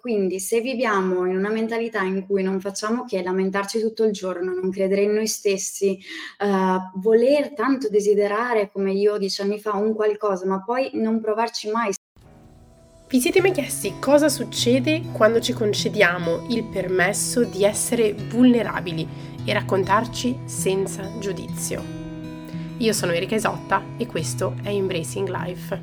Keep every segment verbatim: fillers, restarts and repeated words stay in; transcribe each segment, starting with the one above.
Quindi se viviamo in una mentalità in cui non facciamo che lamentarci tutto il giorno, non credere in noi stessi, uhm, voler tanto desiderare, come io dieci anni fa, un qualcosa, ma poi non provarci mai. Vi siete mai chiesti cosa succede quando ci concediamo il permesso di essere vulnerabili e raccontarci senza giudizio? Io sono Erika Isotta e questo è Embracing Life.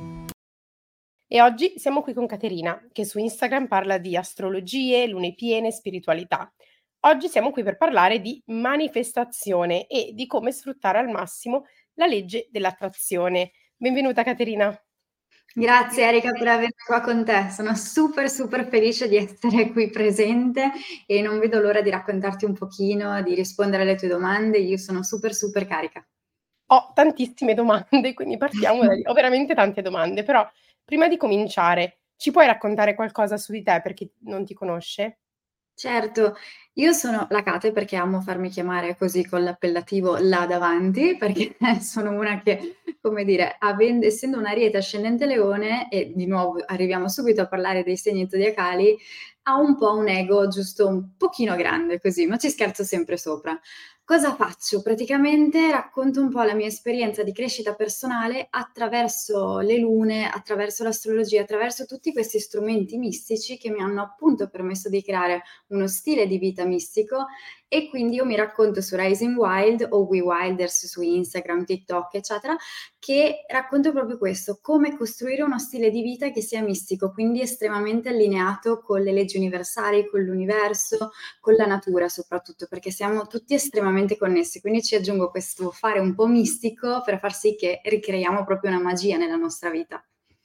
E oggi siamo qui con Caterina, che su Instagram parla di astrologie, lune piene, spiritualità. Oggi siamo qui per parlare di manifestazione e di come sfruttare al massimo la legge dell'attrazione. Benvenuta Caterina. Grazie Erika per avermi qua con te, sono super, super felice di essere qui presente e non vedo l'ora di raccontarti un pochino, di rispondere alle tue domande. Io sono super, super carica. Ho tantissime domande, quindi partiamo da lì. Ho veramente tante domande, però prima di cominciare, ci puoi raccontare qualcosa su di te per chi non ti conosce? Certo, io sono la Cate perché amo farmi chiamare così con l'appellativo là davanti, perché sono una che, come dire, avendo essendo un Ariete ascendente Leone, e di nuovo arriviamo subito a parlare dei segni zodiacali, ha un po' un ego giusto un pochino grande così, ma ci scherzo sempre sopra. Cosa faccio? Praticamente racconto un po' la mia esperienza di crescita personale attraverso le lune, attraverso l'astrologia, attraverso tutti questi strumenti mistici che mi hanno appunto permesso di creare uno stile di vita mistico, e quindi io mi racconto su Rising Wild o We Wilders su Instagram, TikTok, eccetera, che racconto proprio questo, come costruire uno stile di vita che sia mistico, quindi estremamente allineato con le leggi universali, con l'universo, con la natura soprattutto, perché siamo tutti estremamente connessi, quindi ci aggiungo questo fare un po' mistico per far sì che ricreiamo proprio una magia nella nostra vita.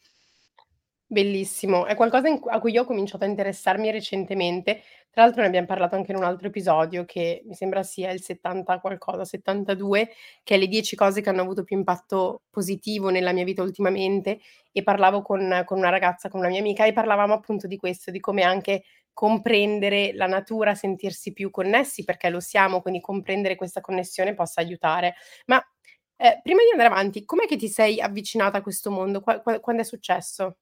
Bellissimo, è qualcosa in cu a cui io ho cominciato a interessarmi recentemente. Tra l'altro ne abbiam parlato anche in un altro episodio che mi sembra sia il settanta qualcosa, settantadue, che è le dieci cose che hanno avuto più impatto positivo nella mia vita ultimamente, e parlavo con con una ragazza, con una mia amica, e parlavamo appunto di questo, di come anche comprendere la natura, sentirsi più connessi, perché lo siamo, quindi comprendere questa connessione possa aiutare. Ma, ehm, prima di andare avanti, com'è che ti sei avvicinata a questo mondo? Qua qua quando è successo?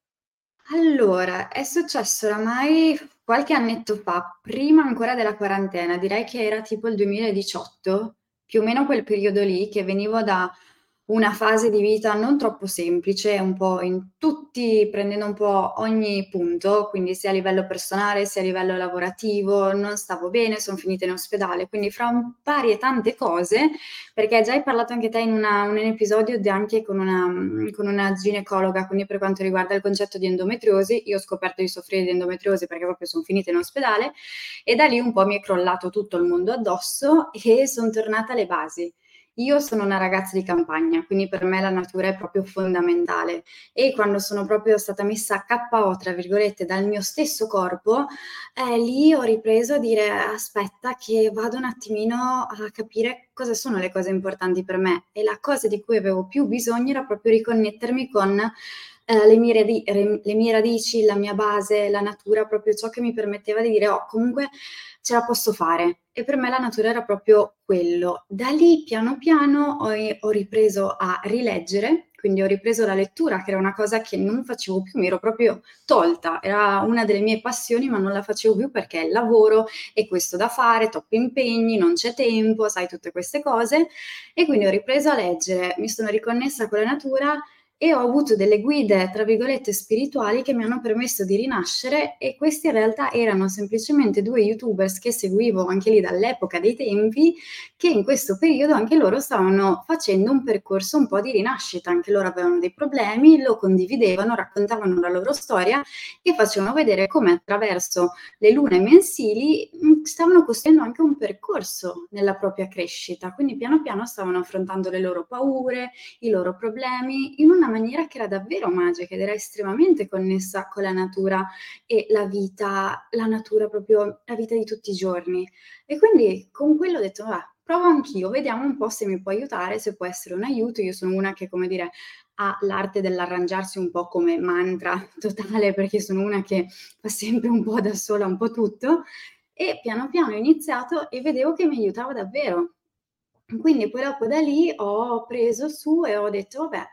Allora, è successo oramai qualche annetto fa, prima ancora della quarantena, direi che era tipo il duemiladiciotto, più o meno quel periodo lì, che venivo da una fase di vita non troppo semplice, un po' in tutti prendendo un po' ogni punto, quindi sia a livello personale, sia a livello lavorativo, non stavo bene, son finita in ospedale, quindi fra un varie tante cose, perché già hai parlato anche te in una un episodio de anche con una mhmm, con una ginecologa, quindi per quanto riguarda il concetto di endometriosi, io ho scoperto di soffrire di endometriosi perché proprio son finita in ospedale e da lì un po' mi è crollato tutto il mondo addosso e son tornata alle basi. Io sono una ragazza di campagna, quindi per me la natura è proprio fondamentale e quando sono proprio stata messa "K O" tra virgolette dal mio stesso corpo, eh, lì ho ripreso a dire: "Aspetta che vado un attimino a capire cosa sono le cose importanti per me", e la cosa di cui avevo più bisogno era proprio riconnettermi con, ehm, le mie radi re le mie radici, la mia base, la natura, proprio ciò che mi permetteva di dire: "Oh, comunque ce la posso fare". E per me la natura era proprio quello. Da lì piano piano ho i ho ripreso a rileggere, quindi ho ripreso la lettura, che era una cosa che non facevo più, mi ero proprio tolta. Era una delle mie passioni, ma non la facevo più perché il lavoro e questo da fare, troppi impegni, non c'è tempo, sai tutte queste cose. E quindi ho ripreso a leggere, mi sono riconnessa con la natura e ho avuto delle guide, tra virgolette, "spirituali" che mi hanno permesso di rinascere, e questi in realtà erano semplicemente due youtubers che seguivo anche lì dall'epoca dei tempi, che in questo periodo anche loro stavano facendo un percorso un po' di rinascita. Anche loro avevano dei problemi, lo condividevano, raccontavano la loro storia e facevano vedere come attraverso le lune mensili, mhmm, stavano costruendo anche un percorso nella propria crescita. Quindi piano piano stavano affrontando le loro paure, i loro problemi, in una maniera che era davvero magica ed era estremamente connessa con la natura e la vita la natura proprio la vita di tutti i giorni. E quindi con quello ho detto: "Va, provo anch'io, vediamo un po' se mi può aiutare, se può essere un aiuto". Io sono una che, come dire, ha l'arte dell'arrangiarsi un po' come mantra totale, perché sono una che fa sempre un po' da sola un po' tutto, e piano piano ho iniziato e vedevo che mi aiutava davvero. Quindi poi dopo da lì ho preso su e ho detto: "Vabbè,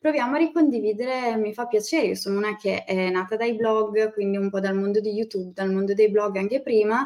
proviamo a ricondividere, mi fa piacere. Io sono una che è nata dai blog, quindi un po' dal mondo di YouTube, dal mondo dei blog anche prima,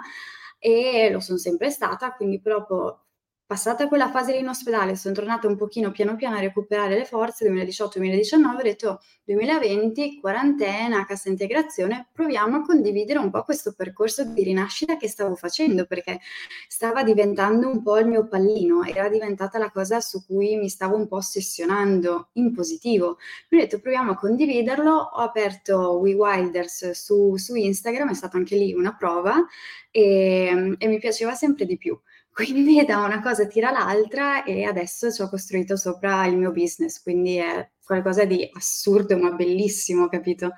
e lo son sempre stata, quindi proprio passata quella fase lì in ospedale, son tornata un pochino piano piano a recuperare le forze, duemiladiciotto duemiladiciannove, ho detto: duemilaventi, quarantena, cassa integrazione, proviamo a condividere un po' questo percorso di rinascita che stavo facendo, perché stava diventando un po' il mio pallino, era diventata la cosa su cui mi stavo un po' ossessionando, in positivo. Quindi ho detto: proviamo a condividerlo. Ho aperto We Wilders su su Instagram, è stata anche lì una prova, ehm, e mi piaceva sempre di più. Quindi da una cosa tira l'altra e adesso c'ho costruito sopra il mio business, quindi è qualcosa di assurdo ma bellissimo, capito?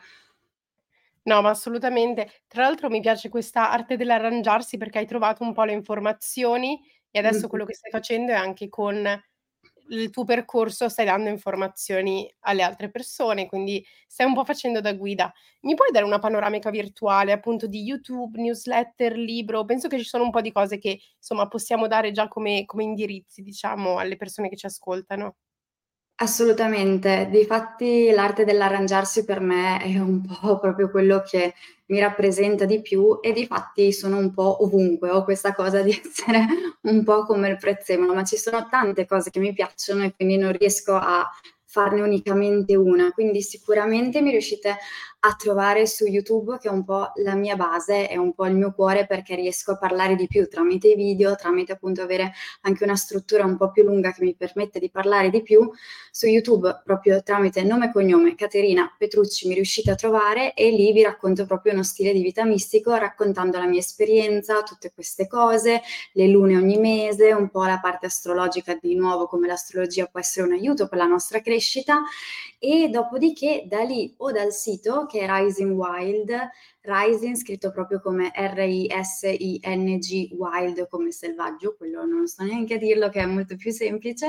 No, ma assolutamente. Tra l'altro mi piace questa arte dell'arrangiarsi perché hai trovato un po' le informazioni e adesso Mh-mh. quello che stai facendo è anche con il tuo percorso stai dando informazioni alle altre persone, quindi stai un po' facendo da guida. Mi puoi dare una panoramica virtuale appunto di YouTube, newsletter, libro? Penso che ci sono un po' di cose che insomma possiamo dare già come come indirizzi, diciamo, alle persone che ci ascoltano. Assolutamente. Difatti l'arte dell'arrangiarsi per me è un po' proprio quello che mi rappresenta di più e difatti sono un po' ovunque. Ho questa cosa di essere un po' come il prezzemolo, ma ci sono tante cose che mi piacciono e quindi non riesco a farne unicamente una. Quindi sicuramente mi riuscite a trovare su YouTube, che è un po' la mia base, è un po' il mio cuore, perché riesco a parlare di più tramite i video, tramite appunto avere anche una struttura un po' più lunga che mi permette di parlare di più. Su YouTube, proprio tramite nome e cognome Caterina Petrucci, mi riuscite a trovare e lì vi racconto proprio uno stile di vita mistico, raccontando la mia esperienza, tutte queste cose, le lune ogni mese, un po' la parte astrologica, di nuovo come l'astrologia può essere un aiuto per la nostra crescita, e dopodiché da lì o dal sito che è Rising Wild, Rising scritto proprio come R I S I N G, Wild come selvaggio, quello non sto neanche a dirlo che è molto più semplice,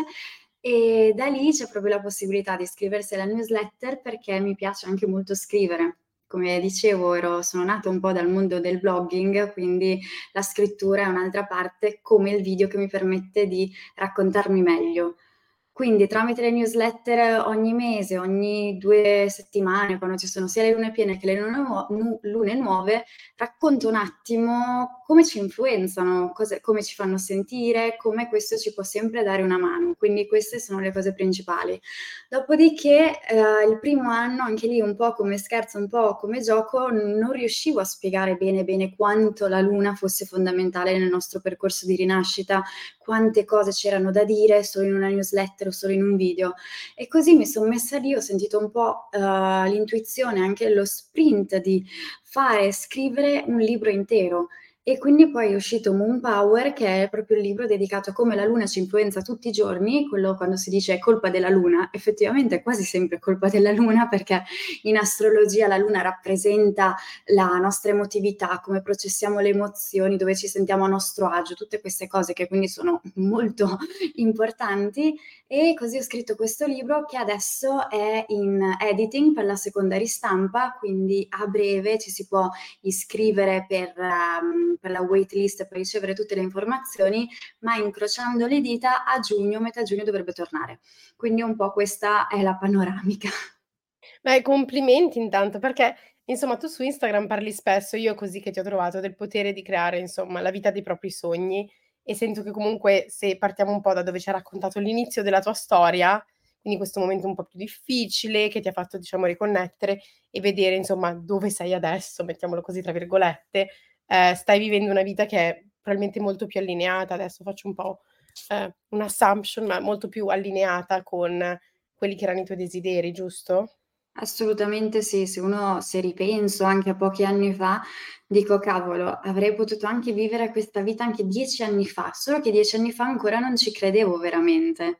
e da lì c'è proprio la possibilità di iscriversi alla newsletter, perché mi piace anche molto scrivere. Come dicevo, ero sono nata un po' dal mondo del blogging, quindi la scrittura è un'altra parte, come il video che mi permette di raccontarmi meglio. Quindi tramite le newsletter ogni mese, ogni due settimane, quando ci sono sia le lune piene che le lune nuo nu lune nuove, racconto un attimo come ci influenzano, cose come ci fanno sentire, come questo ci può sempre dare una mano. Quindi queste sono le cose principali. Dopodiché, ehm, il primo anno, anche lì un po' come scherzo, un po' come gioco, non riuscivo a spiegare bene, bene quanto la luna fosse fondamentale nel nostro percorso di rinascita, quante cose c'erano da dire solo in una newsletter o solo in un video. E così mi son messa lì, ho sentito un po', uhm, l'intuizione, anche lo sprint di fare, scrivere un libro intero. E quindi poi è uscito Moon Power, che è proprio il libro dedicato a come la luna ci influenza tutti i giorni, quello quando si dice: "È colpa della luna", effettivamente è quasi sempre colpa della luna, perché in astrologia la luna rappresenta la nostra emotività, come processiamo le emozioni, dove ci sentiamo a nostro agio, tutte queste cose che quindi sono molto importanti. E così ho scritto questo libro che adesso è in editing per la seconda ristampa, quindi a breve ci si può iscrivere per mhmm, per la waitlist per ricevere tutte le informazioni, ma incrociando le dita a giugno, metà giugno dovrebbe tornare. Quindi un po' questa è la panoramica. Beh, complimenti intanto, perché insomma tu su Instagram parli spesso, io è così che ti ho trovato, del potere di creare insomma la vita dei propri sogni e sento che comunque se partiamo un po' da dove ci hai raccontato l'inizio della tua storia, quindi questo momento un po' più difficile che ti ha fatto diciamo riconnettere e vedere insomma dove sei adesso, mettiamolo così tra virgolette, ehm, stai vivendo una vita che è probabilmente molto più allineata, adesso faccio un po', ehm, un assumption, ma molto più allineata con quelli che erano i tuoi desideri, giusto? Assolutamente sì, se uno se ripenso anche a pochi anni fa, dico: "Cavolo, avrei potuto anche vivere questa vita anche dieci anni fa", solo che dieci anni fa ancora non ci credevo veramente.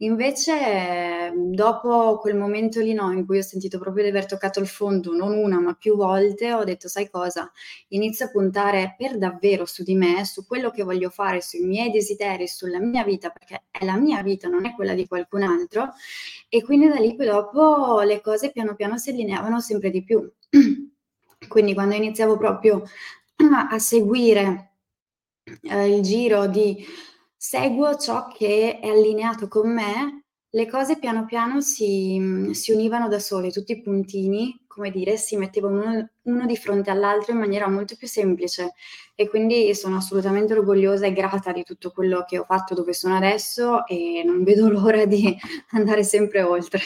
Invece, mhmm, dopo quel momento lì, no, in cui ho sentito proprio di aver toccato il fondo, non una ma più volte, ho detto: "Sai cosa? Inizio a puntare per davvero su di me, su quello che voglio fare, sui miei desideri, sulla mia vita", perché è la mia vita, non è quella di qualcun altro, e quindi da lì poi dopo le cose piano piano si allineavano sempre di più. Quindi quando iniziavo proprio a seguire, ehm, il giro di seguo ciò che è allineato con me, Le cose piano piano si mhmm, si univano da sole, tutti i puntini, come dire, si mettevano uno uno di fronte all'altro in maniera molto più semplice e quindi sono assolutamente orgogliosa e grata di tutto quello che ho fatto dove sono adesso e non vedo l'ora di andare sempre oltre.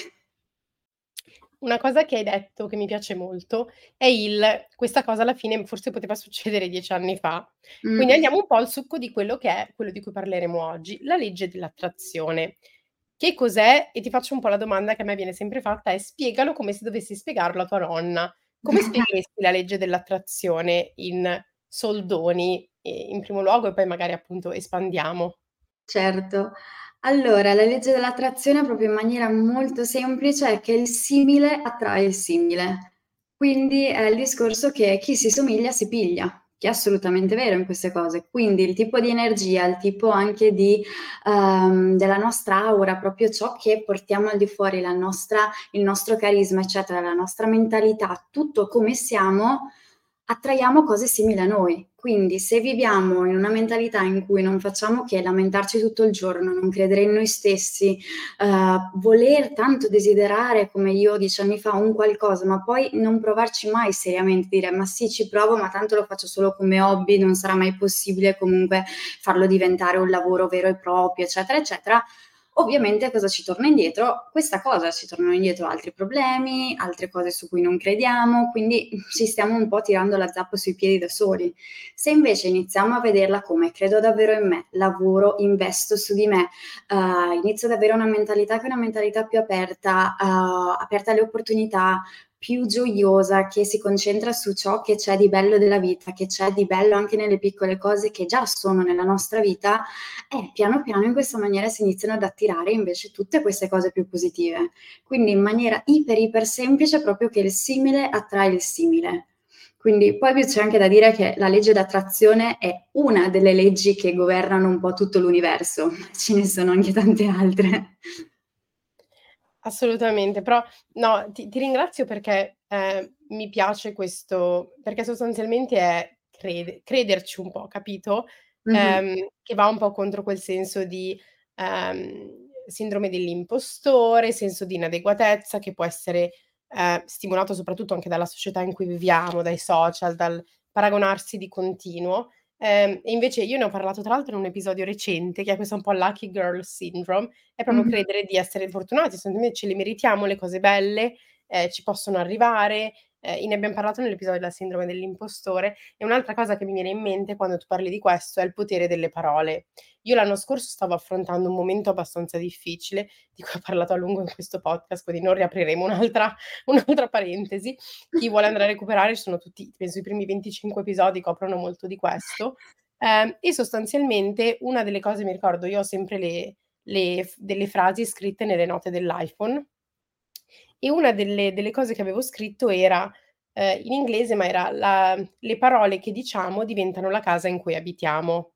Una cosa che hai detto che mi piace molto è il: questa cosa alla fine forse poteva succedere dieci anni fa. Quindi Mh. andiamo un po' al succo di quello che è quello di cui parleremo oggi, la legge dell'attrazione. Che cos'è? E ti faccio un po' la domanda che a me viene sempre fatta è: spiegalo come se dovessi spiegarlo a tua nonna. Come spiegheresti la legge dell'attrazione in soldoni, ehm, in primo luogo e poi magari appunto espandiamo? Certo. Allora, la legge dell'attrazione proprio in maniera molto semplice è che il simile attrae il simile. Quindi è il discorso che chi si somiglia si piglia, che è assolutamente vero in queste cose. Quindi il tipo di energia, il tipo anche di uhm, della nostra aura, proprio ciò che portiamo al di fuori, la nostra il nostro carisma, eccetera, la nostra mentalità, tutto come siamo, attraiamo cose simili a noi. Quindi se viviamo in una mentalità in cui non facciamo che lamentarci tutto il giorno, non credere in noi stessi, uhm, voler tanto desiderare, come io dieci anni fa, un qualcosa, ma poi non provarci mai seriamente, dire: "Ma sì, ci provo, ma tanto lo faccio solo come hobby, non sarà mai possibile comunque farlo diventare un lavoro vero e proprio", eccetera, eccetera, ovviamente cosa ci torna indietro? Questa cosa, ci tornano indietro altri problemi, altre cose su cui non crediamo, quindi ci stiamo un po' tirando la zappa sui piedi da soli. Se invece iniziamo a vederla come: credo davvero in me, lavoro, investo su di me, uhm, inizio ad avere una mentalità che è una mentalità più aperta, uhm, aperta alle opportunità, più gioiosa, che si concentra su ciò che c'è di bello della vita, che c'è di bello anche nelle piccole cose che già sono nella nostra vita, eh, piano piano in questa maniera si iniziano ad attirare invece tutte queste cose più positive. Quindi in maniera iper, iper semplice proprio che il simile attrae il simile. Quindi poi vi c'è anche da dire che la legge d'attrazione è una delle leggi che governano un po' tutto l'universo, ce ne sono anche tante altre. Assolutamente, però no, ti ti ringrazio perché, ehm, mi piace questo perché sostanzialmente è crede crederci un po', capito, Mh-mh. ehm, che va un po' contro quel senso di, ehm, sindrome dell'impostore, senso di inadeguatezza che può essere, ehm, stimolato soprattutto anche dalla società in cui viviamo, dai social, dal paragonarsi di continuo. Ehm, e invece io ne ho parlato tra l'altro in un episodio recente, che è questo un po' lucky girl syndrome, è proprio Mh-mh. credere di essere fortunati, secondo me ce le meritiamo le cose belle, ehm, ci possono arrivare, ehm, ne abbiam parlato nell'episodio della sindrome dell'impostore. E un'altra cosa che mi viene in mente quando tu parli di questo è il potere delle parole. Io l'anno scorso stavo affrontando un momento abbastanza difficile, di cui ho parlato a lungo in questo podcast, quindi non riapriremo un'altra un'altra parentesi. Chi vuole andare a recuperare ci sono tutti penso i primi venticinque episodi coprono molto di questo. Ehm, e sostanzialmente una delle cose mi ricordo io ho sempre le le f delle frasi scritte nelle note dell'iPhone e una delle delle cose che avevo scritto era, ehm, in inglese, ma era la le parole che diciamo diventano la casa in cui abitiamo.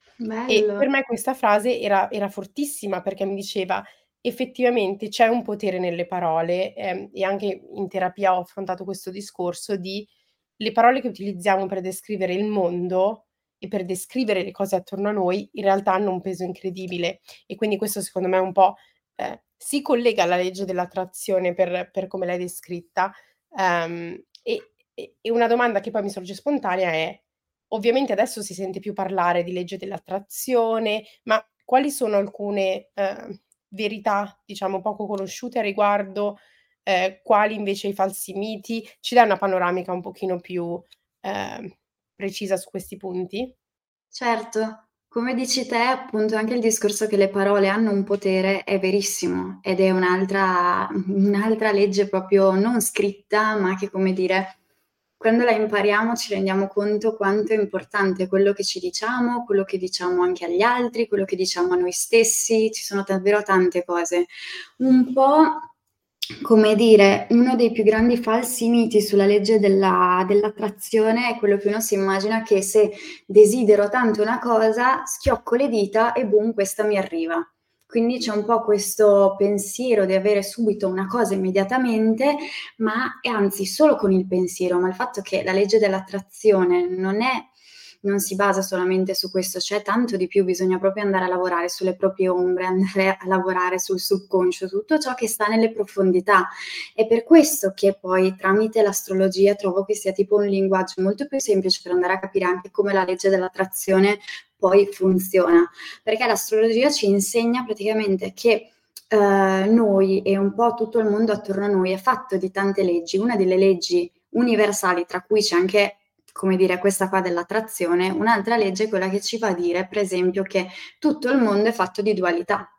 E Bello. per me questa frase era era fortissima perché mi diceva: effettivamente c'è un potere nelle parole, ehm, e anche in terapia ho affrontato questo discorso di le parole che utilizziamo per descrivere il mondo e per descrivere le cose attorno a noi, in realtà hanno un peso incredibile. E quindi questo secondo me un po', ehm, si collega alla legge dell'attrazione per per come l'hai descritta. Ehm, e e e una domanda che poi mi sorge spontanea è: ovviamente adesso si sente più parlare di legge dell'attrazione, ma quali sono alcune, ehm, verità, diciamo, poco conosciute a riguardo, ehm, quali invece i falsi miti? Ci dai una panoramica un pochino più, ehm, precisa su questi punti? Certo, come dici te, appunto, anche il discorso che le parole hanno un potere è verissimo ed è un'altra un'altra legge proprio non scritta, ma che, come dire, quando la impariamo ci rendiamo conto quanto è importante quello che ci diciamo, quello che diciamo anche agli altri, quello che diciamo a noi stessi, ci sono davvero tante cose. Un po', come dire, uno dei più grandi falsi miti sulla legge della dell'attrazione è quello che uno si immagina che se desidero tanto una cosa, schiocco le dita e boom, questa mi arriva. Quindi c'è un po' questo pensiero di avere subito una cosa immediatamente, ma e anzi solo con il pensiero, ma il fatto che la legge dell'attrazione non è non si basa solamente su questo, c'è tanto di più, bisogna proprio andare a lavorare sulle proprie ombre, andare a lavorare sul subconscio, tutto ciò che sta nelle profondità. È per questo che poi tramite l'astrologia trovo che sia tipo un linguaggio molto più semplice per andare a capire anche come la legge dell'attrazione poi funziona, perché l'astrologia ci insegna praticamente che Uh, noi e un po' tutto il mondo attorno a noi è fatto di tante leggi, una delle leggi universali, tra cui c'è anche, come dire, questa qua dell'attrazione, un'altra legge è quella che ci fa dire, per esempio, che tutto il mondo è fatto di dualità.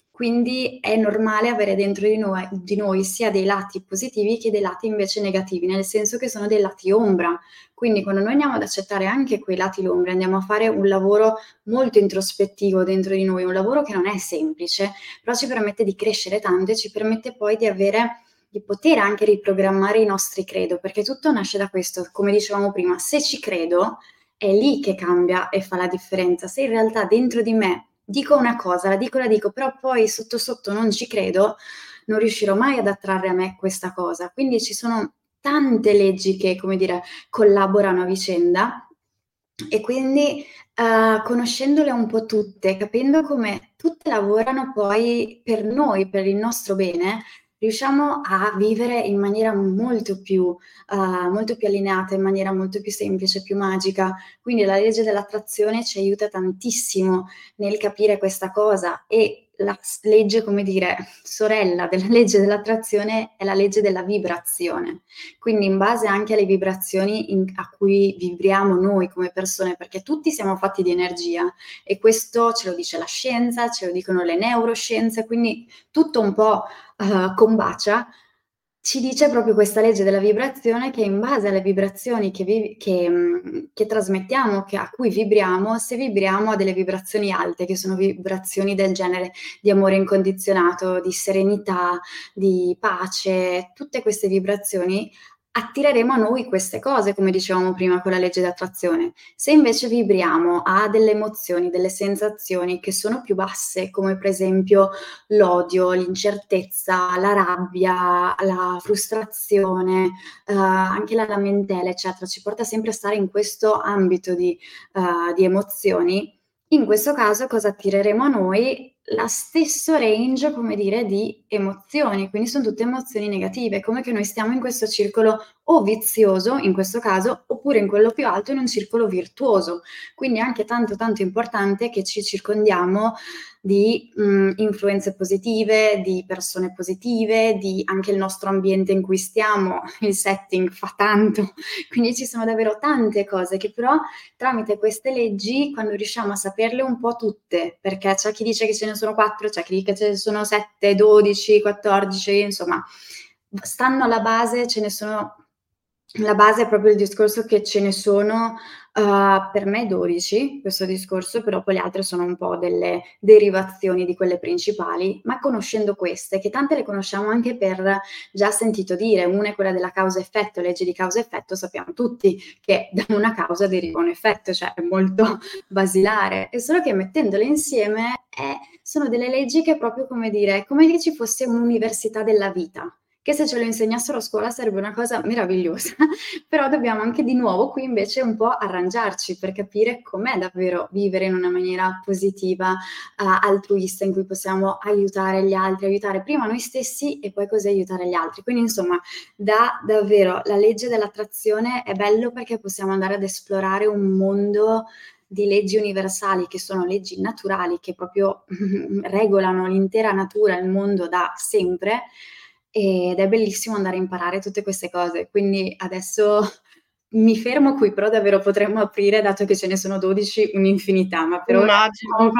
Quindi è normale avere dentro di noi, di noi sia dei lati positivi che dei lati invece negativi, nel senso che sono dei lati ombra. Quindi quando noi andiamo ad accettare anche quei lati l'ombra, andiamo a fare un lavoro molto introspettivo dentro di noi, un lavoro che non è semplice, però ci permette di crescere tanto e ci permette poi di avere, di poter anche riprogrammare i nostri credo, perché tutto nasce da questo, come dicevamo prima, se ci credo è lì che cambia e fa la differenza. Se in realtà dentro di me dico una cosa, la dico, la dico, però poi sotto sotto non ci credo, non riuscirò mai ad attrarre a me questa cosa. Quindi ci sono tante leggi che, come dire, collaborano a vicenda e quindi uh, conoscendole un po' tutte, capendo come tutte lavorano poi per noi, per il nostro bene, riusciamo a vivere in maniera molto più, uh, molto più allineata, in maniera molto più semplice, più magica. Quindi la legge dell'attrazione ci aiuta tantissimo nel capire questa cosa e la legge, come dire, sorella della legge dell'attrazione è la legge della vibrazione. Quindi in base anche alle vibrazioni in, a cui vibriamo noi come persone, perché tutti siamo fatti di energia e questo ce lo dice la scienza, ce lo dicono le neuroscienze, quindi tutto un po' uh, combacia, ci dice proprio questa legge della vibrazione che in base alle vibrazioni che, vi, che, che trasmettiamo, che, a cui vibriamo, se vibriamo a delle vibrazioni alte, che sono vibrazioni del genere di amore incondizionato, di serenità, di pace, tutte queste vibrazioni attireremo a noi queste cose, come dicevamo prima con la legge d'attrazione. Se invece vibriamo a delle emozioni, delle sensazioni che sono più basse, come per esempio l'odio, l'incertezza, la rabbia, la frustrazione, eh, anche la lamentela, eccetera, ci porta sempre a stare in questo ambito di, uh, di emozioni. In questo caso cosa attireremo a noi? La stesso range, come dire, di emozioni, quindi sono tutte emozioni negative, come che noi stiamo in questo circolo o vizioso, in questo caso, oppure in quello più alto, in un circolo virtuoso. Quindi è anche tanto tanto importante che ci circondiamo di mh, influenze positive, di persone positive, di anche il nostro ambiente in cui stiamo, il setting fa tanto, quindi ci sono davvero tante cose che però tramite queste leggi, quando riusciamo a saperle un po' tutte, perché c'è chi dice che ce ne sono quattro, c'è chi dice che ce ne sono sette, dodici, quattordici, insomma, stanno alla base, ce ne sono. La base è proprio il discorso che ce ne sono, uh, per me dodici, questo discorso, però poi le altre sono un po' delle derivazioni di quelle principali, ma conoscendo queste, che tante le conosciamo anche per già sentito dire, una è quella della causa-effetto, legge di causa-effetto, sappiamo tutti che da una causa deriva un effetto, cioè è molto basilare, è solo che mettendole insieme è, sono delle leggi che proprio, come dire, come che ci fosse un'università della vita, che se ce lo insegnassero a scuola sarebbe una cosa meravigliosa, però dobbiamo anche di nuovo qui invece un po' arrangiarci per capire com'è davvero vivere in una maniera positiva, uh, altruista, in cui possiamo aiutare gli altri, aiutare prima noi stessi e poi così aiutare gli altri. Quindi insomma, da davvero la legge dell'attrazione è bello perché possiamo andare ad esplorare un mondo di leggi universali che sono leggi naturali che proprio regolano l'intera natura, il mondo da sempre, ed è bellissimo andare a imparare tutte queste cose. Quindi adesso mi fermo qui, però davvero potremmo aprire, dato che ce ne sono dodici, un'infinità, ma per ora Immagino.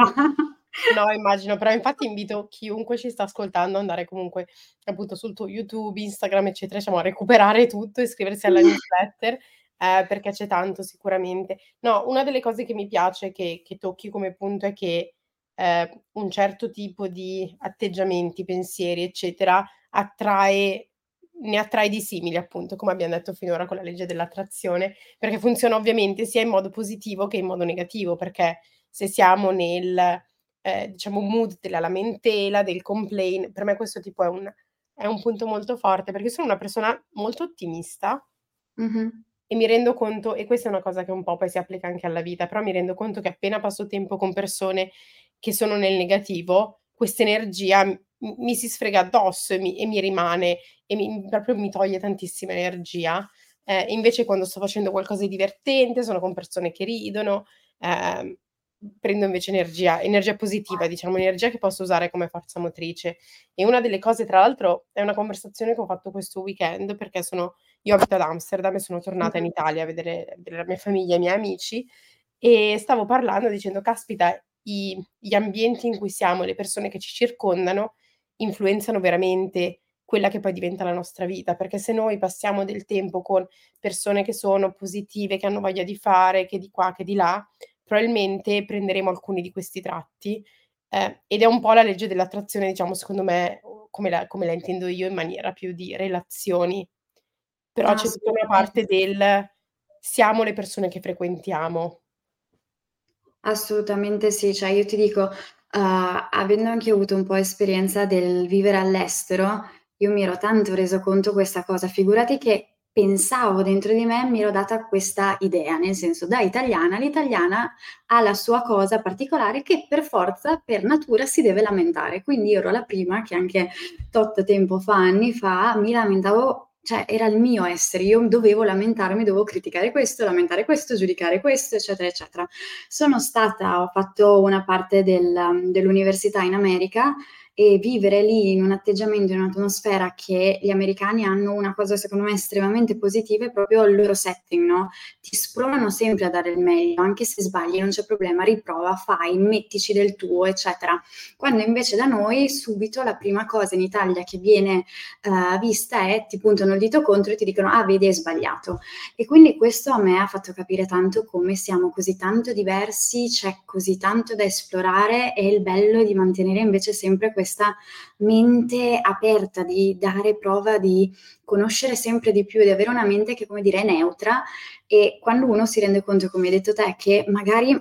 No, immagino, però infatti invito chiunque ci sta ascoltando ad andare comunque appunto sul tuo YouTube, Instagram, eccetera, diciamo a recuperare tutto, iscriversi alla newsletter, eh, perché c'è tanto sicuramente. No, una delle cose che mi piace che, che tocchi come punto è che eh, un certo tipo di atteggiamenti, pensieri, eccetera, attrae, ne attrae di simili, appunto, come abbiamo detto finora con la legge dell'attrazione, perché funziona ovviamente sia in modo positivo che in modo negativo, perché se siamo nel, ehm, diciamo mood della lamentela, del complain, per me questo tipo è un è un punto molto forte, perché sono una persona molto ottimista Mh-mh. e mi rendo conto, e questa è una cosa che un po' poi si applica anche alla vita, però mi rendo conto che appena passo tempo con persone che sono nel negativo, questa energia m mi si sfrega addosso e mi e mi rimane e mi proprio mi toglie tantissima energia. Ehm, invece quando sto facendo qualcosa di divertente, sono con persone che ridono, ehm, prendo invece energia energia positiva, diciamo, energia che posso usare come forza motrice. E una delle cose, tra l'altro, è una conversazione che ho fatto questo weekend, perché sono io abito ad Amsterdam e sono tornata in Mh-mh. Italia a vedere vedere la mia famiglia e i miei amici, e stavo parlando dicendo: "Caspita, i gli ambienti in cui siamo e le persone che ci circondano influenzano veramente quella che poi diventa la nostra vita, perché se noi passiamo del tempo con persone che sono positive, che hanno voglia di fare, che di qua, che di là, probabilmente prenderemo alcuni di questi tratti, ehm, ed è un po' la legge dell'attrazione, diciamo, secondo me, uhm, come la come la intendo io in maniera più di relazioni. Però c'è tutta una parte Assolutamente. del siamo le persone che frequentiamo. Assolutamente sì, cioè io ti dico, uhm, avendo anch'io avuto un po' esperienza del vivere all'estero, io mi ero tanto reso conto questa cosa. Figurati che pensavo dentro di me, mi ero data questa idea, nel senso: da italiana, l'italiana ha la sua cosa particolare che per forza, per natura si deve lamentare. Quindi io ero la prima che anche tot tempo fa, anni fa, mi lamentavo, cioè era il mio essere, io dovevo lamentarmi, dovevo criticare questo, lamentare questo, giudicare questo, eccetera, eccetera. Sono stata ho fatto una parte del dell'università in America e vivere lì in un atteggiamento, in un'atmosfera che gli americani hanno una cosa secondo me estremamente positiva è proprio il loro setting, no, ti spronano sempre a dare il meglio, anche se sbagli non c'è problema, riprova, fai, mettici del tuo, eccetera. Quando invece da noi subito la prima cosa in Italia che viene, ehm, vista è ti puntano il dito contro e ti dicono: "Ah vedi hai sbagliato". E quindi questo a me ha fatto capire tanto come siamo così tanto diversi, c'è così tanto da esplorare e il bello di mantenere invece sempre questa mente aperta, di dare prova di conoscere sempre di più, di avere una mente che, come dire, è neutra e quando uno si rende conto, come hai detto te, che magari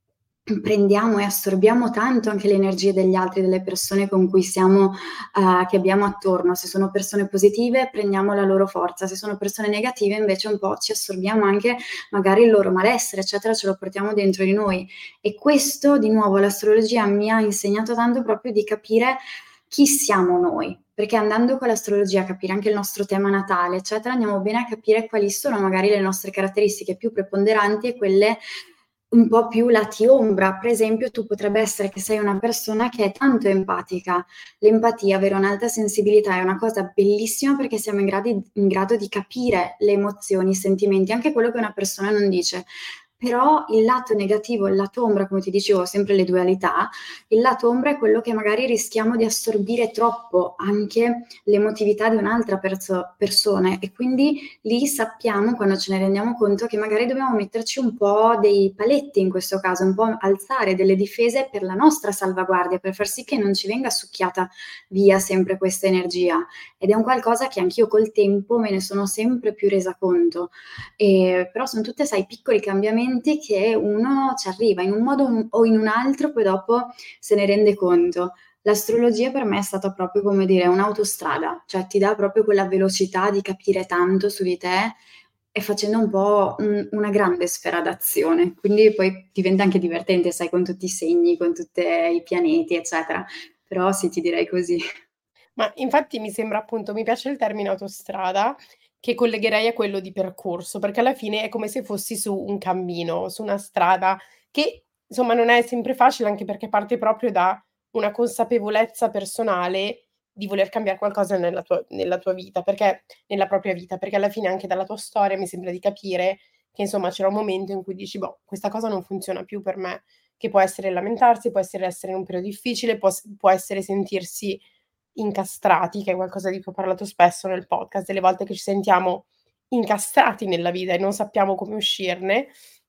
prendiamo e assorbiamo tanto anche le energie degli altri, delle persone con cui siamo uhm, che abbiamo attorno. Se sono persone positive prendiamo la loro forza, se sono persone negative invece un po' ci assorbiamo anche magari il loro malessere, eccetera, ce lo portiamo dentro di noi. E questo di nuovo l'astrologia mi ha insegnato tanto proprio di capire chi siamo noi, perché andando con l'astrologia a capire anche il nostro tema natale, eccetera, andiamo bene a capire quali sono magari le nostre caratteristiche più preponderanti e quelle un po' più lati ombra. Per esempio, tu potrebbe essere che sei una persona che è tanto empatica. L'empatia, avere un'alta sensibilità è una cosa bellissima perché siamo in gradi in grado di capire le emozioni, i sentimenti, anche quello che una persona non dice. Però il lato negativo, il lato ombra, come ti dicevo, sempre le dualità, il lato ombra è quello che magari rischiamo di assorbire troppo anche l'emotività di un'altra perso persona e quindi lì sappiamo, quando ce ne rendiamo conto, che magari dobbiamo metterci un po' dei paletti in questo caso, un po' alzare delle difese per la nostra salvaguardia, per far sì che non ci venga succhiata via sempre questa energia. Ed è un qualcosa che anch'io col tempo me ne sono sempre più resa conto. Ehm, però son tutte, sai, piccoli cambiamenti che uno ci arriva in un modo un o in un altro, poi dopo se ne rende conto. L'astrologia per me è stata proprio, come dire, un'autostrada, cioè ti dà proprio quella velocità di capire tanto su di te e facendo un po' un una grande sfera d'azione. Quindi poi diventa anche divertente, sai, con tutti i segni, con tutte i pianeti, eccetera. Però sì, ti direi così. Ma infatti mi sembra appunto mi piace il termine autostrada, che collegherei a quello di percorso, perché alla fine è come se fossi su un cammino, su una strada che, insomma, non è sempre facile, anche perché parte proprio da una consapevolezza personale di voler cambiare qualcosa nella tua nella tua vita, perché nella propria vita, perché alla fine anche dalla tua storia mi sembra di capire che, insomma, c'era un momento in cui dici: "Boh, questa cosa non funziona più per me", che può essere lamentarsi, può essere essere in un periodo difficile, può s può essere sentirsi incastrati, che è qualcosa di cui ho parlato spesso nel podcast, delle volte che ci sentiamo incastrati nella vita e non sappiamo come uscirne.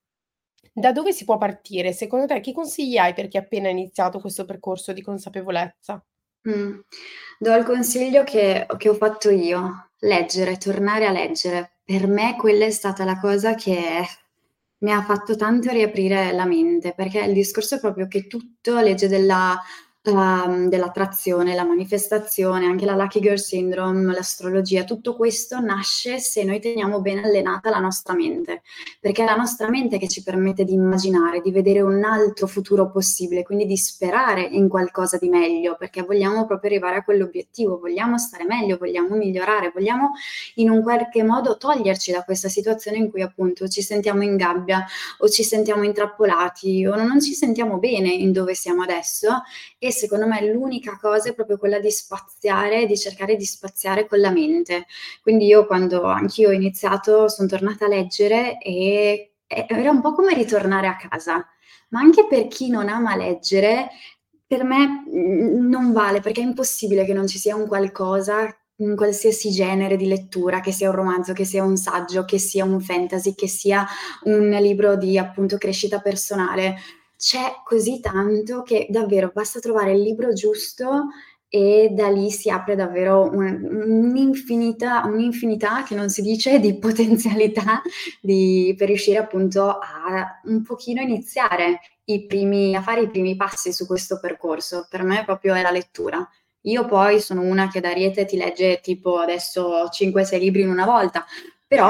Da dove si può partire? Secondo te che consigli hai per chi ha appena iniziato questo percorso di consapevolezza? Mh. Do il consiglio che che ho fatto io: leggere, tornare a leggere. Per me quella è stata la cosa che mi ha fatto tanto riaprire la mente, perché il discorso è proprio che tutto legge della uhm, dell'attrazione, la manifestazione, anche la Lucky Girl Syndrome, l'astrologia, tutto questo nasce se noi teniamo bene allenata la nostra mente, perché è la nostra mente che ci permette di immaginare, di vedere un altro futuro possibile, quindi di sperare in qualcosa di meglio, perché vogliamo proprio arrivare a quell'obiettivo, vogliamo stare meglio, vogliamo migliorare, vogliamo in un qualche modo toglierci da questa situazione in cui appunto ci sentiamo in gabbia o ci sentiamo intrappolati o non ci sentiamo bene in dove siamo adesso. E secondo me l'unica cosa è proprio quella di spaziare, di cercare di spaziare con la mente. Quindi io quando anch'io ho iniziato son tornata a leggere e e era un po' come ritornare a casa, ma anche per chi non ama leggere, per me, mhmm, non vale, perché è impossibile che non ci sia un qualcosa, in qualsiasi genere di lettura, che sia un romanzo, che sia un saggio, che sia un fantasy, che sia un libro di appunto crescita personale. C'è così tanto che davvero basta trovare il libro giusto e da lì si apre davvero un un'infinita un'infinità, che non si dice, di potenzialità di per riuscire appunto a un pochino iniziare i primi a fare i primi passi su questo percorso. Per me proprio è la lettura. Io poi sono una che da Ariete ti legge tipo adesso cinque, sei libri in una volta, però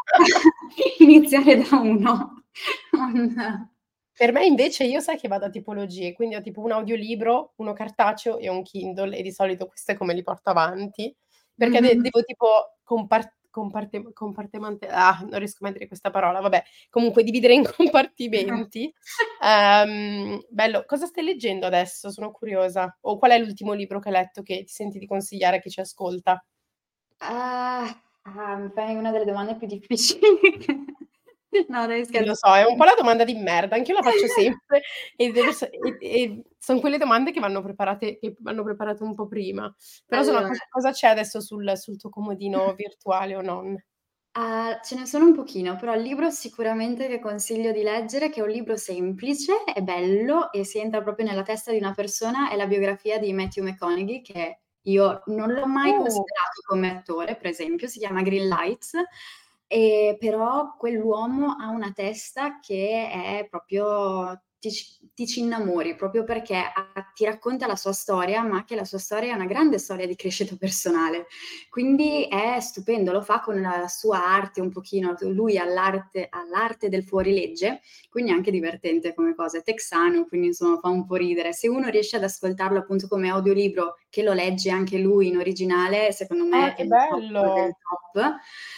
iniziare da uno non Per me invece io sai che vado a tipologie, quindi ho tipo un audiolibro, uno cartaceo e un Kindle e di solito questo è come li porto avanti, perché de Mh-mh. devo tipo compar comparte compartemante ah, non riesco mai a dire questa parola, vabbè, comunque dividere in compartimenti. Ehm, bello. Cosa stai leggendo adesso? Sono curiosa. O qual è l'ultimo libro che hai letto che ti senti di consigliare a chi ci ascolta? Ah, ah, mi fai una delle domande più difficili che no dai Sì, lo scherzo. so, è un po' la domanda di merda, anch'io la faccio sempre e deve esse e e son quelle domande che vanno preparate che vanno preparate un po' prima. Però sono Allora cos cosa c'è adesso sul sul tuo comodino virtuale o non? Ah, ce ne sono un pochino, però il libro sicuramente che consiglio di leggere, che è un libro semplice, è bello e si entra proprio nella testa di una persona, è la biografia di Matthew McConaughey, che io non l'ho mai Uh, considerato come attore, per esempio, si chiama Green Lights, ehm, però quell'uomo ha una testa che è proprio ti ci ti ci innamori, proprio perché ha ti racconta la sua storia, ma che la sua storia è una grande storia di crescita personale. Quindi è stupendo, lo fa con la sua arte un pochino, lui ha l'arte ha l'arte del fuorilegge, quindi è anche divertente come cosa, è texano, quindi insomma fa un po' ridere. Se uno riesce ad ascoltarlo appunto come audiolibro, che lo legge anche lui in originale, secondo ah, me è che il top del bello! top.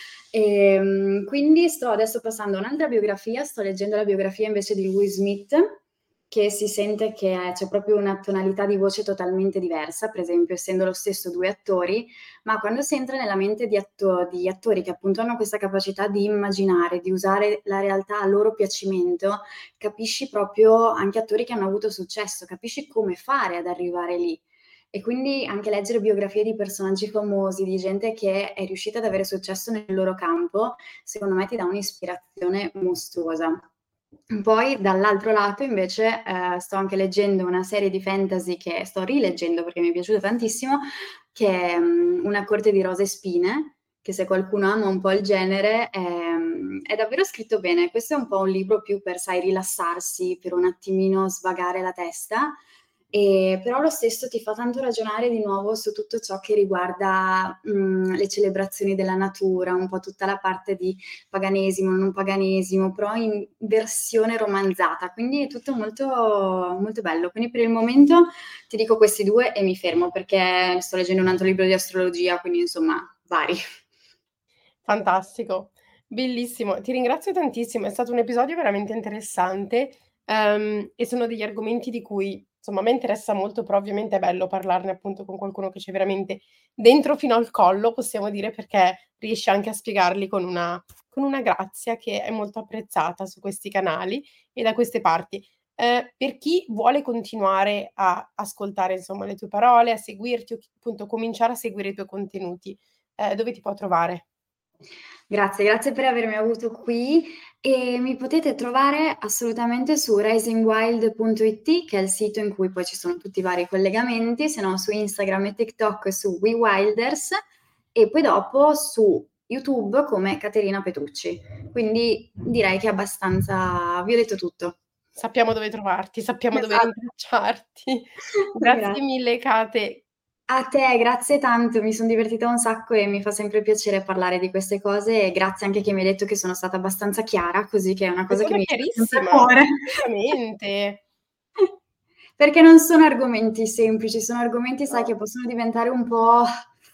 Ehm, quindi sto adesso passando a un'altra biografia, sto leggendo la biografia invece di Will Smith, che si sente che è c'è proprio una tonalità di voce totalmente diversa, per esempio essendo lo stesso due attori, ma quando si entra nella mente di atto di attori che appunto hanno questa capacità di immaginare, di usare la realtà a loro piacimento, capisci proprio anche attori che hanno avuto successo, capisci come fare ad arrivare lì. E quindi anche leggere biografie di personaggi famosi, di gente che è riuscita ad avere successo nel loro campo, secondo me ti dà un'ispirazione mostruosa. Poi dall'altro lato invece, ehm, sto anche leggendo una serie di fantasy che sto rileggendo perché mi è piaciuta tantissimo, che è, mhmm, Una corte di rose e spine, che se qualcuno ama un po' il genere, ehm, è davvero scritto bene. Questo è un po' un libro più per, sai, rilassarsi, per un attimino svagare la testa, ehm, però lo stesso ti fa tanto ragionare di nuovo su tutto ciò che riguarda, mhmm, le celebrazioni della natura, un po' tutta la parte di paganesimo, non paganesimo, però in versione romanzata, quindi è tutto molto molto bello. Quindi per il momento ti dico questi due e mi fermo, perché sto leggendo un altro libro di astrologia, quindi insomma vari. Fantastico, bellissimo. Ti ringrazio tantissimo, è stato un episodio veramente interessante, ehm, e sono degli argomenti di cui, insomma, a me interessa molto, però ovviamente è bello parlarne appunto con qualcuno che c'è veramente dentro fino al collo, possiamo dire, perché riesce anche a spiegarli con una con una grazia che è molto apprezzata su questi canali e da queste parti. Ehm, per chi vuole continuare a ascoltare, insomma, le tue parole, a seguirti o chi appunto cominciare a seguire i tuoi contenuti, ehm, dove ti può trovare? Grazie, grazie per avermi avuto qui e mi potete trovare assolutamente su rising wild punto it, che è il sito in cui poi ci sono tutti i vari collegamenti, se no su Instagram e TikTok su WeWilders e poi dopo su YouTube come Caterina Petrucci. Quindi direi che è abbastanza vi ho detto tutto. Sappiamo dove trovarti, sappiamo dove Esatto. rintracciarti. Grazie Gra mille Kate. A te, grazie tanto, mi son divertita un sacco e mi fa sempre piacere parlare di queste cose e grazie anche che mi hai detto che sono stata abbastanza chiara, così che è una Sei cosa che stata mi fa sempre a chiarissima, cuore. assolutamente. Perché non sono argomenti semplici, sono argomenti, sai, No. che possono diventare un po',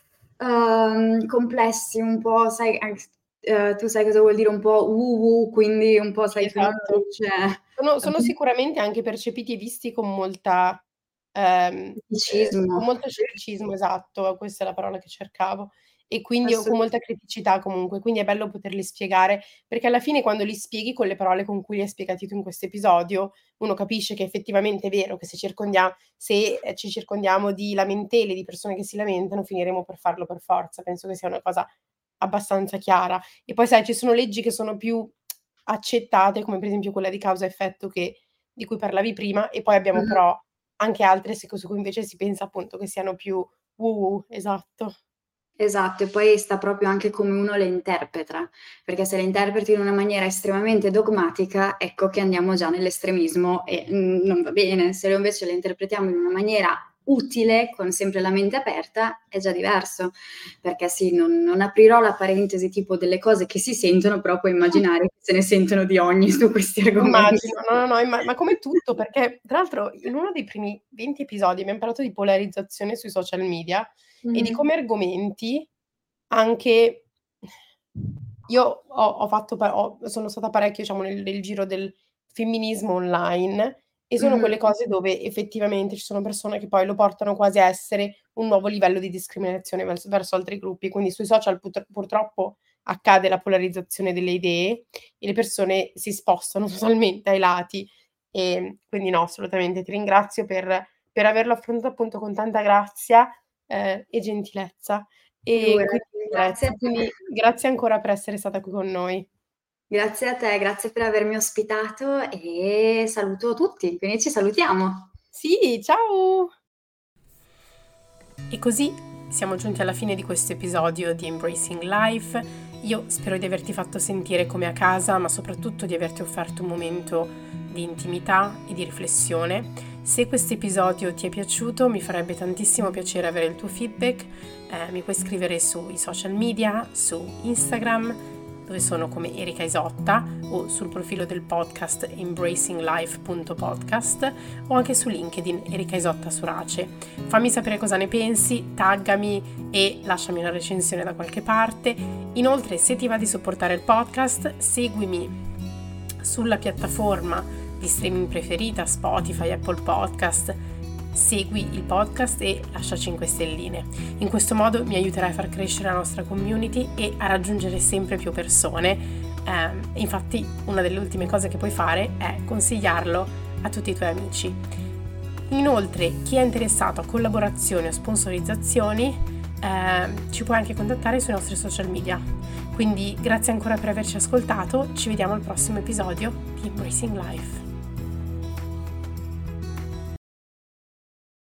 uhm, complessi, un po' sai anc s uhm, tu sai cosa vuol dire un po' woo-woo, quindi un po' Sì, sai che uno non esatto. riesce Sono a sono sicuramente anche percepiti e visti con molta ehm, ehm, Criticismo. con molto Sì. scetticismo, esatto, questa è la parola che cercavo. E quindi o con Assolut molta criticità comunque, quindi è bello poterli spiegare, perché alla fine quando li spieghi con le parole con cui li hai spiegati tu in questo episodio, uno capisce che effettivamente è vero che se circondia se, ehm, ci circondiamo di lamentele, di persone che si lamentano, finiremo per farlo per forza. Penso che sia una cosa abbastanza chiara. E poi sai, ci sono leggi che sono più accettate, come per esempio quella di causa effetto che di cui parlavi prima, e poi abbiamo Mh-mh. però anche altre s su cui invece si pensa appunto che siano più woo-woo, esatto. Esatto, e poi sta proprio anche come uno le interpreta, perché se le interpreti in una maniera estremamente dogmatica, ecco che andiamo già nell'estremismo e, mhmm, non va bene. Se invece le interpretiamo in una maniera utile, con sempre la mente aperta, è già diverso. Perché sì, non non aprirò la parentesi tipo delle cose che si sentono, però puoi immaginare che se ne sentono di ogni su questi argomenti. Immagino, no, no, no, imma ma come tutto, perché tra l'altro in uno dei primi venti episodi abbiam parlato di polarizzazione sui social media e di Mh-mh. come argomenti anche io ho ho fatto pa ho sono stata parecchio, diciamo, nel nel giro del femminismo online e sono Mh-mh. quelle cose dove effettivamente ci sono persone che poi lo portano quasi a essere un nuovo livello di discriminazione vers verso altri gruppi. Quindi sui social putr purtroppo accade la polarizzazione delle idee e le persone si spostano totalmente ai lati. Ehm, quindi no, assolutamente. Ti ringrazio per per averlo affrontato appunto con tanta grazia, ehm, e gentilezza. E Figurati, quindi grazie a chiarezza. te. Quindi grazie ancora per essere stata qui con noi. Grazie a te, grazie per avermi ospitato e saluto tutti, quindi ci salutiamo. Sì, ciao! E così siamo giunti alla fine di questo episodio di Embracing Life. Io spero di averti fatto sentire come a casa, ma soprattutto di averti offerto un momento di intimità e di riflessione. Se questo episodio ti è piaciuto, mi farebbe tantissimo piacere avere il tuo feedback. Eh, mi puoi scrivere sui social media, su Instagram, dove sono come Erika Isotta, o sul profilo del podcast embracing life punto podcast, o anche su LinkedIn Erika Isotta Surace. Fammi sapere cosa ne pensi, taggami e lasciami una recensione da qualche parte. Inoltre, se ti va di supportare il podcast, seguimi sulla piattaforma di streaming preferita, Spotify, Apple Podcast. Segui il podcast e lascia cinque stelline. In questo modo mi aiuterai a far crescere la nostra community e a raggiungere sempre più persone. Eh, infatti, una delle ultime cose che puoi fare è consigliarlo a tutti i tuoi amici. Inoltre, chi è interessato a collaborazioni o sponsorizzazioni, eh, ci puoi anche contattare sui nostri social media. Quindi grazie ancora per averci ascoltato, ci vediamo al prossimo episodio di Embracing Life.